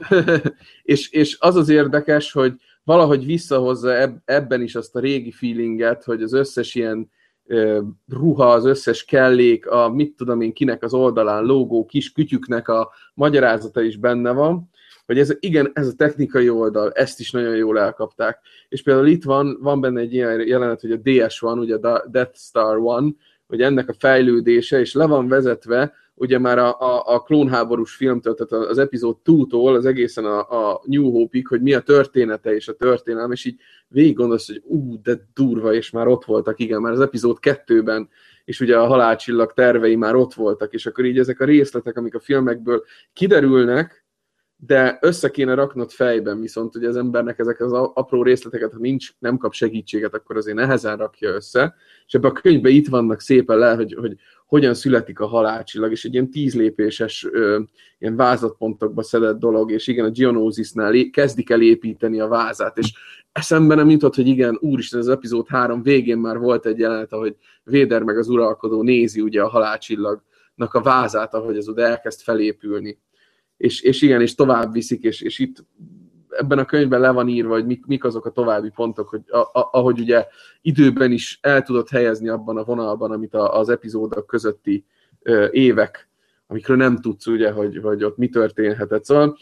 és az az érdekes, hogy valahogy visszahozza ebben is azt a régi feelinget, hogy az összes ilyen ruha, az összes kellék, a mit tudom én kinek az oldalán lógó kis kütyüknek a magyarázata is benne van, hogy ez a technikai oldal, ezt is nagyon jól elkapták. És például itt van benne egy ilyen jelenet, hogy a DS1, ugye a Death Star 1, hogy ennek a fejlődése, és le van vezetve, ugye már a klónháborús filmtől, tehát az epizód 2-tól az egészen a New Hope-ig, hogy mi a története és a történelem, és így végig gondolsz, hogy de durva, és már ott voltak, igen, már az epizód 2-ben, és ugye a halálcsillag tervei már ott voltak, és akkor így ezek a részletek, amik a filmekből kiderülnek, de össze kéne raknod fejben, viszont ugye az embernek ezek az apró részleteket, ha nem kap segítséget, akkor azért nehezen rakja össze, és ebben a könyvben itt vannak szépen le, hogy hogyan születik a halálcsillag, és egy ilyen 10 lépéses ilyen vázatpontokba szedett dolog, és igen, a Geonosisnál kezdik el építeni a vázát, és eszembe nem jutott, hogy igen, úristen, az epizód 3 végén már volt egy jelenet, ahogy Vader meg az uralkodó nézi ugye a halálcsillagnak a vázát, ahogy az oda elkezd felépülni. És igen, és tovább viszik, és itt ebben a könyvben le van írva, hogy mik azok a további pontok, hogy ahogy ugye időben is el tudod helyezni abban a vonalban, amit az epizódok közötti évek, amikről nem tudsz ugye, hogy ott mi történhetett. Szóval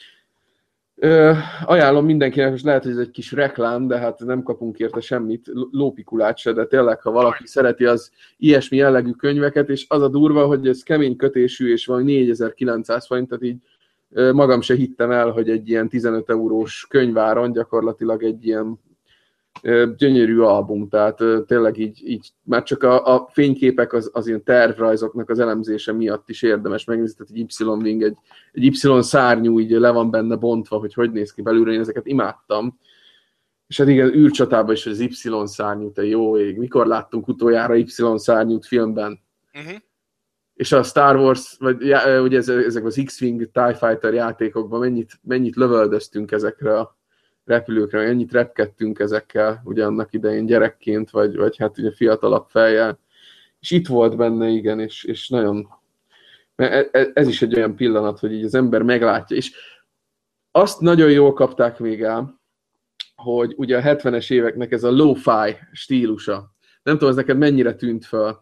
ajánlom mindenkinek, és lehet, hogy ez egy kis reklám, de hát nem kapunk érte semmit, lópikulát se, de tényleg, ha valaki szereti az ilyesmi jellegű könyveket, és az a durva, hogy ez kemény kötésű, és van 4900 forint, tehát így magam se hittem el, hogy egy ilyen 15 eurós könyváron gyakorlatilag egy ilyen gyönyörű album, tehát tényleg így már csak a fényképek az ilyen tervrajzoknak az elemzése miatt is érdemes megnézni, tehát egy Y-wing, egy Y-szárnyú így le van benne bontva, hogy néz ki belülre, én ezeket imádtam. És hát igen, űrcsatában is az Y-szárnyú, te jó ég, mikor láttunk utoljára Y-szárnyút filmben? Uh-huh. És a Star Wars, vagy ugye ezek az X-Wing, TIE Fighter játékokban mennyit lövöldöztünk ezekre a repülőkre, mennyit repkedtünk ezekkel, ugye annak idején gyerekként, vagy hát ugye fiatalabb fejjel. És itt volt benne, igen, és nagyon... Ez is egy olyan pillanat, hogy így az ember meglátja. És azt nagyon jól kapták még el, hogy ugye a 70-es éveknek ez a lo-fi stílusa. Nem tudom, ez neked mennyire tűnt föl?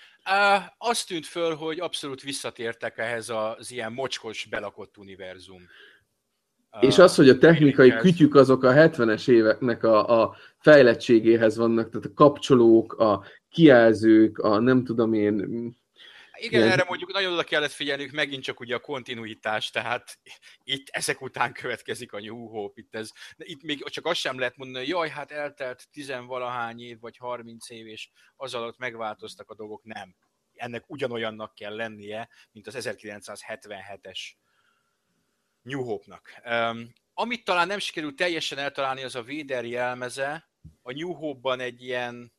Azt tűnt föl, hogy abszolút visszatértek ehhez az ilyen mocskos, belakott univerzum. És az, hogy a technikai kütyük azok a 70-es éveknek a fejlettségéhez vannak, tehát a kapcsolók, a kijelzők, a nem tudom én... Igen, erre mondjuk nagyon oda kellett figyelnünk, megint csak ugye a kontinuitás, tehát itt ezek után következik a New Hope, itt még csak azt sem lehet mondani, hogy jaj, hát eltelt 10-valahány év, vagy 30 év, és az alatt megváltoztak a dolgok, nem. Ennek ugyanolyannak kell lennie, mint az 1977-es New Hope-nak. Amit talán nem sikerült teljesen eltalálni, az a Vader jelmeze. A New Hope-ban egy ilyen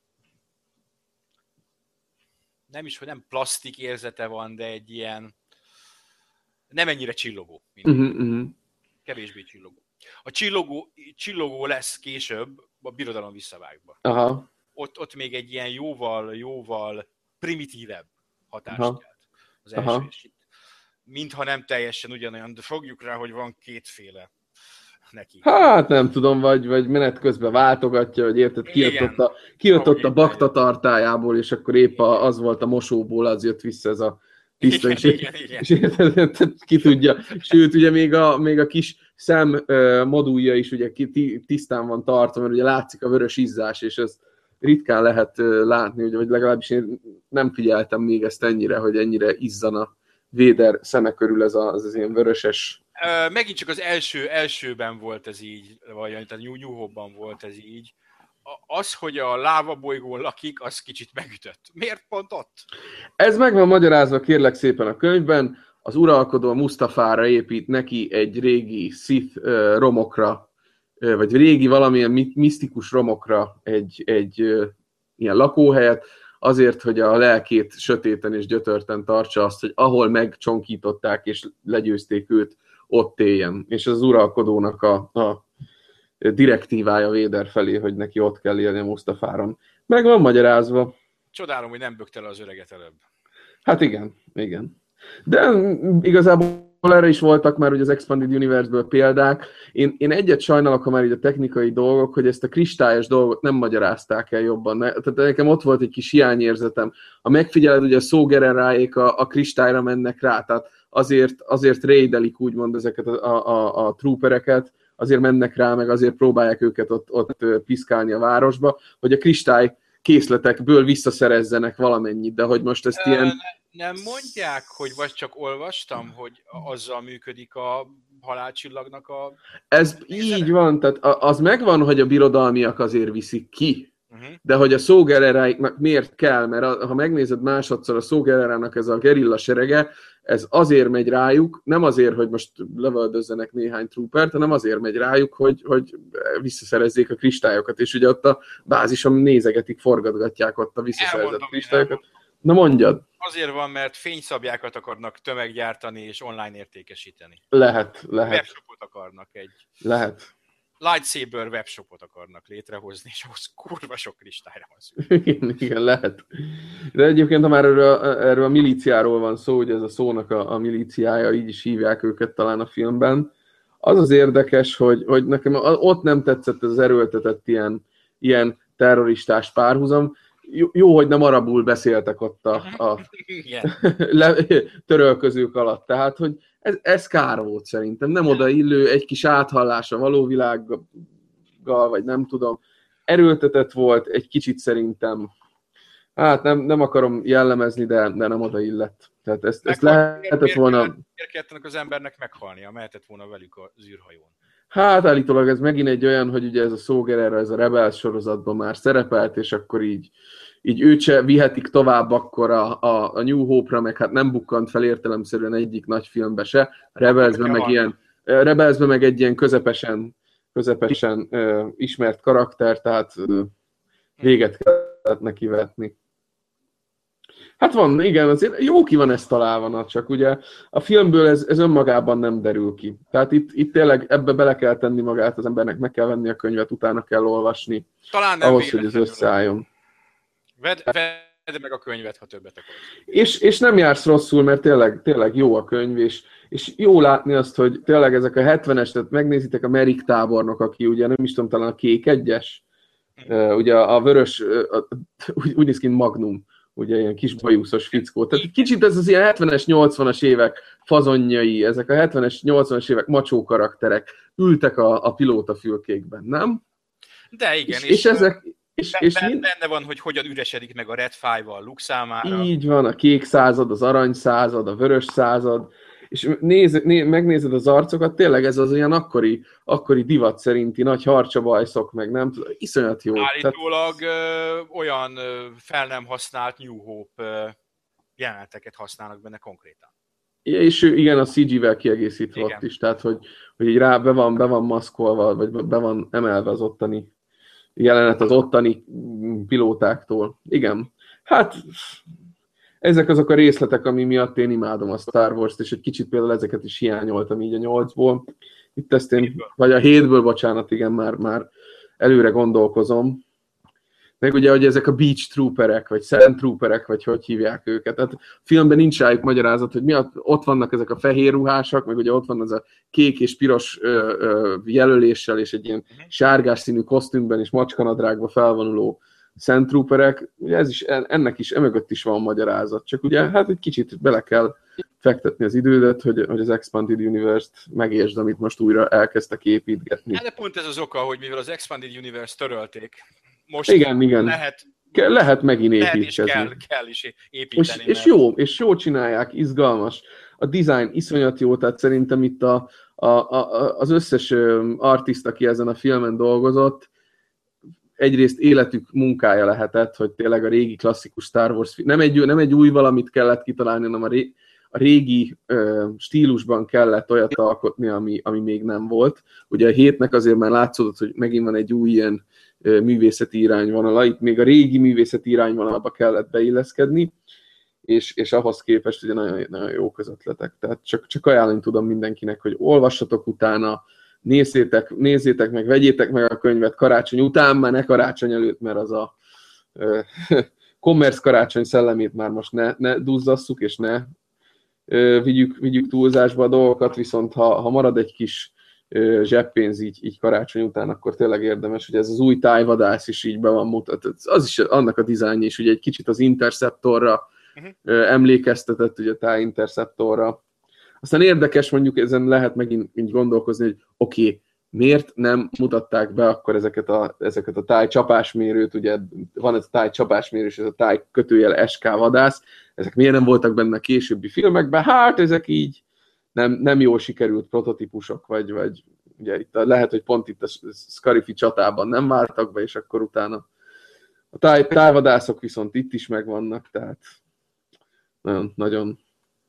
nem plastik érzete van, de egy ilyen nem ennyire csillogó. Kevésbé csillogó. A csillogó lesz később a Birodalom visszavágba. Aha. Ott még egy ilyen jóval primitívebb hatást kelt az első, és itt mintha nem teljesen ugyanolyan, de fogjuk rá, hogy van kétféle neki. Hát nem tudom, vagy menet közben váltogatja, hogy érted, kijött ott a bakta tartájából, és akkor épp az volt a mosóból, az jött vissza ez a tiszta, és érted, ki tudja. Sőt, ugye még a kis szem modulja is ugye tisztán van tartva, mert ugye látszik a vörös izzás, és ez ritkán lehet látni, vagy legalábbis én nem figyeltem még ezt ennyire, hogy ennyire izzan a Vader szeme körül ez az ilyen vöröses. Megint csak az elsőben volt ez így, vagy a New Hope-ban volt ez így. Az, hogy a lávabolygón lakik, az kicsit megütött. Miért pont ott? Ez meg van magyarázva kérlek szépen a könyvben. Az uralkodó Mustafára épít neki egy régi Sith romokra, vagy régi valamilyen misztikus romokra egy ilyen lakóhelyet, azért, hogy a lelkét sötéten és gyötörten tartsa azt, hogy ahol megcsonkították és legyőzték őt, ott éljen. És az uralkodónak a direktívája Vader felé, hogy neki ott kell élni a Mustafáron. Meg van magyarázva. Csodálom, hogy nem bökte le az öreget előbb. Hát igen, igen. De igazából erre is voltak már ugye az Expanded Universe-ből példák. Én egyet sajnálok, ha már így a technikai dolgok, hogy ezt a kristályos dolgot nem magyarázták el jobban. Tehát nekem ott volt egy kis hiányérzetem. Ha megfigyeled, ugye a Saw Gerrera-ék a kristályra mennek rá, tehát azért raidelik úgymond ezeket a troopereket, azért mennek rá, meg azért próbálják őket ott piszkálni a városba, hogy a kristály készletekből visszaszerezzenek valamennyit, de hogy most ezt ilyen... Nem mondják, hogy vagy csak olvastam, hogy azzal működik a halálcsillagnak a... Ez így van, tehát az megvan, hogy a birodalmiak azért viszik ki, de hogy a Saw Gerrera-iknak miért kell, mert ha megnézed másodszor a Saw Gerrera-nak ez a gerilla serege, ez azért megy rájuk, nem azért, hogy most lövöldözzenek néhány troopert, hanem azért megy rájuk, hogy visszaszerezzék a kristályokat, és ugye ott a bázison nézegetik, forgatgatják ott a visszaszerzett kristályokat. Na mondjad. Azért van, mert fényszabjákat akarnak tömeggyártani és online értékesíteni. Lehet. Webshopot akarnak Lehet. Lightsaber webshopot akarnak létrehozni, és ahhoz kurva sok kristályra van szükség. Igen, lehet. De egyébként, ha már erről a milíciáról van szó, hogy ez a szónak a milíciája, így is hívják őket talán a filmben, az érdekes, hogy nekem ott nem tetszett ez az erőltetett ilyen terroristás párhuzam. Jó, hogy nem arabul beszéltek ott a törölközők alatt. Tehát, hogy ez kár volt szerintem. Nem odaillő, egy kis áthallás a való világgal, vagy nem tudom. Erőltetett volt, egy kicsit szerintem, hát nem akarom jellemezni, de nem odaillett. Tehát ezt lehetett volna... Miért kellett az embernek meghalnia? Mehetett volna velük az űrhajón. Hát állítólag ez megint egy olyan, hogy ugye ez a Saw Gerrera, ez a Rebels sorozatban már szerepelt, és akkor így őt se vihetik tovább akkor a New Hope-ra, meg hát nem bukkant fel értelemszerűen egyik nagy filmbe se. Rebelsben meg egy ilyen közepesen ismert karakter, tehát véget kellett neki vetni. Hát van, igen, azért jó ki van ez találva, csak ugye a filmből ez önmagában nem derül ki. Tehát itt tényleg ebbe bele kell tenni magát az embernek, meg kell venni a könyvet, utána kell olvasni, talán nem ahhoz, hogy ez összeálljon. Vedd meg a könyvet, ha többet akarsz. És nem jársz rosszul, mert tényleg jó a könyv, és jó látni azt, hogy tényleg ezek a 70-es, tehát megnézitek a Merrick tábornok, aki ugye nem is tudom, talán a kék egyes, ugye a vörös, úgy néz ki, mint Magnum, ugye ilyen kis bajuszos fickó. Tehát kicsit ez az ilyen 70-es, 80-as évek fazonjai, ezek a 70-es, 80-as évek macsó karakterek ültek a pilótafülkékben, nem? De igen, és ezek... benne van, hogy hogyan üresedik meg a Red Five-val Luke számára. Így van, a kék század, az arany század, a vörös század, és megnézed az arcokat, tényleg ez az olyan akkori divat szerinti nagy harcsabajszok, meg nem tudom, iszonyat jó. Állítólag olyan fel nem használt New Hope jeleneteket használnak benne konkrétan. És igen, a CG-vel kiegészítve ott is, tehát hogy így rá be van maszkolva, vagy be van emelve az ottani jelenet az ottani pilótáktól. Igen. Hát ezek azok a részletek, ami miatt én imádom a Star Wars-t, és egy kicsit például ezeket is hiányoltam így a 8-ból. Itt ezt én, vagy a 7-ből, bocsánat, igen, már előre gondolkozom. Meg ugye, hogy ezek a Beach Trooperek, vagy Sand Trooperek, vagy hogy hívják őket. Tehát a filmben nincs rájuk magyarázat, hogy miatt ott vannak ezek a fehér ruhásak, meg ugye ott van az a kék és piros jelöléssel, és egy ilyen sárgás színű kosztümben és macskanadrágba felvonuló Sand Trooperek. Ugye ennek is, emögött is van magyarázat. Csak ugye hát egy kicsit bele kell fektetni az idődet, hogy az Expanded Universe-t megértsd, amit most újra elkezdtek építgetni. Hát de pont ez az oka, hogy mivel az Expanded Universe törölték, most igen. Lehet megint építkezni. Kell is építeni. És jó csinálják, izgalmas. A design iszonyat jó, tehát szerintem itt az összes artist, aki ezen a filmen dolgozott, egyrészt életük munkája lehetett, hogy tényleg a régi klasszikus Star Wars nem egy új valamit kellett kitalálni, hanem a régi stílusban kellett olyat alkotni, ami még nem volt. Ugye a 7-nek azért már látszódott, hogy megint van egy új ilyen művészeti irányvonala, itt még a régi művészeti irányvonalba kellett beilleszkedni, és ahhoz képest ugye nagyon, nagyon jók az ötletek. Tehát csak ajánlani tudom mindenkinek, hogy olvassatok utána, nézzétek meg, vegyétek meg a könyvet karácsony után, már ne karácsony előtt, mert az a commerce karácsony szellemét már most ne duzzasszuk, és ne vigyük túlzásba a dolgokat, viszont ha marad egy kis zseppénz így karácsony után, akkor tényleg érdemes, hogy ez az új tájvadász is így be van mutatva. Az is annak a dizájnja is, ugye egy kicsit az Interceptorra emlékeztetett, ugye a TIE Interceptorra. Aztán érdekes, mondjuk ezen lehet megint így gondolkozni, hogy oké, miért nem mutatták be akkor ezeket a TIE csapásmérőt, ugye van ez a TIE csapásmérő, és ez a TIE kötőjel SK vadász, ezek miért nem voltak benne a későbbi filmekben? Hát ezek így nem jól sikerült prototípusok, vagy ugye itt lehet, hogy pont itt a Scarifi csatában nem vártak be, és akkor utána a tájvadászok viszont itt is megvannak, tehát nagyon, nagyon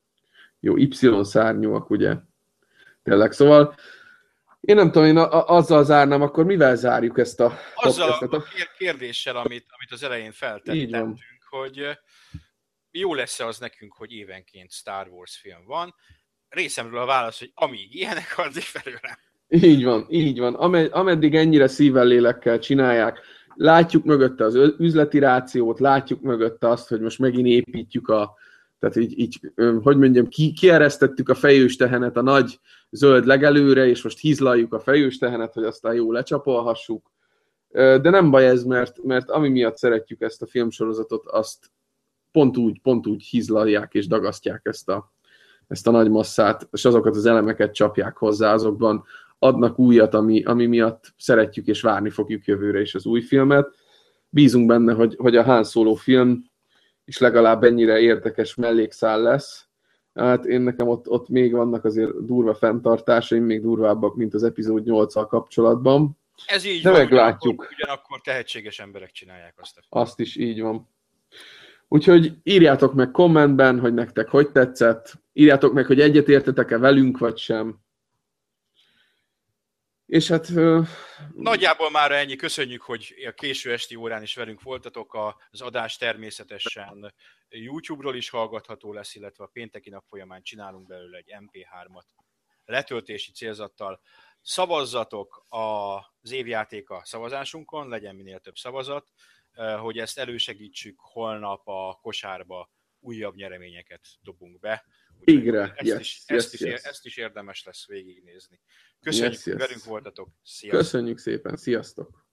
jó Y-szárnyúak, ugye? Tényleg, szóval én nem tudom, én azzal zárnám, akkor mivel zárjuk ezt a podcastot? Azzal a kérdéssel, amit az elején feltettünk, hogy jó lesz-e az nekünk, hogy évenként Star Wars film van. Részemről a válasz, hogy amíg ilyenek, addig felőlem. Így van. Ameddig ennyire szívvel, lélekkel csinálják, látjuk mögötte az üzleti rációt, látjuk mögötte azt, hogy most megint építjük tehát így hogy mondjam, kieresztettük a fejőstehenet a nagy zöld legelőre, és most hízlaljuk a fejőstehenet, hogy aztán jól lecsapolhassuk. De nem baj ez, mert ami miatt szeretjük ezt a filmsorozatot, azt pont úgy hízlalják és dagasztják ezt a nagy masszát, és azokat az elemeket csapják hozzá, azokban adnak újat, ami miatt szeretjük és várni fogjuk jövőre is az új filmet. Bízunk benne, hogy a Han Solo film is legalább ennyire érdekes mellékszál lesz. Hát én nekem ott még vannak azért durva fenntartásaim, még durvábbak, mint az epizód 8-al kapcsolatban. Ez így de van, meglátjuk. Ugyanakkor tehetséges emberek csinálják azt. Azt is így van. Úgyhogy írjátok meg kommentben, hogy nektek hogy tetszett. Írjátok meg, hogy egyetértetek-e velünk, vagy sem. És hát... Nagyjából már ennyi. Köszönjük, hogy a késő esti órán is velünk voltatok. Az adás természetesen YouTube-ról is hallgatható lesz, illetve a pénteki nap folyamán csinálunk belőle egy MP3-at letöltési célzattal. Szavazzatok az évjátéka szavazásunkon, legyen minél több szavazat, hogy ezt elősegítsük, holnap a kosárba újabb nyereményeket dobunk be. Végre, ezt is érdemes lesz végignézni. Köszönjük, hogy velünk voltatok. Sziasztok. Köszönjük szépen, sziasztok!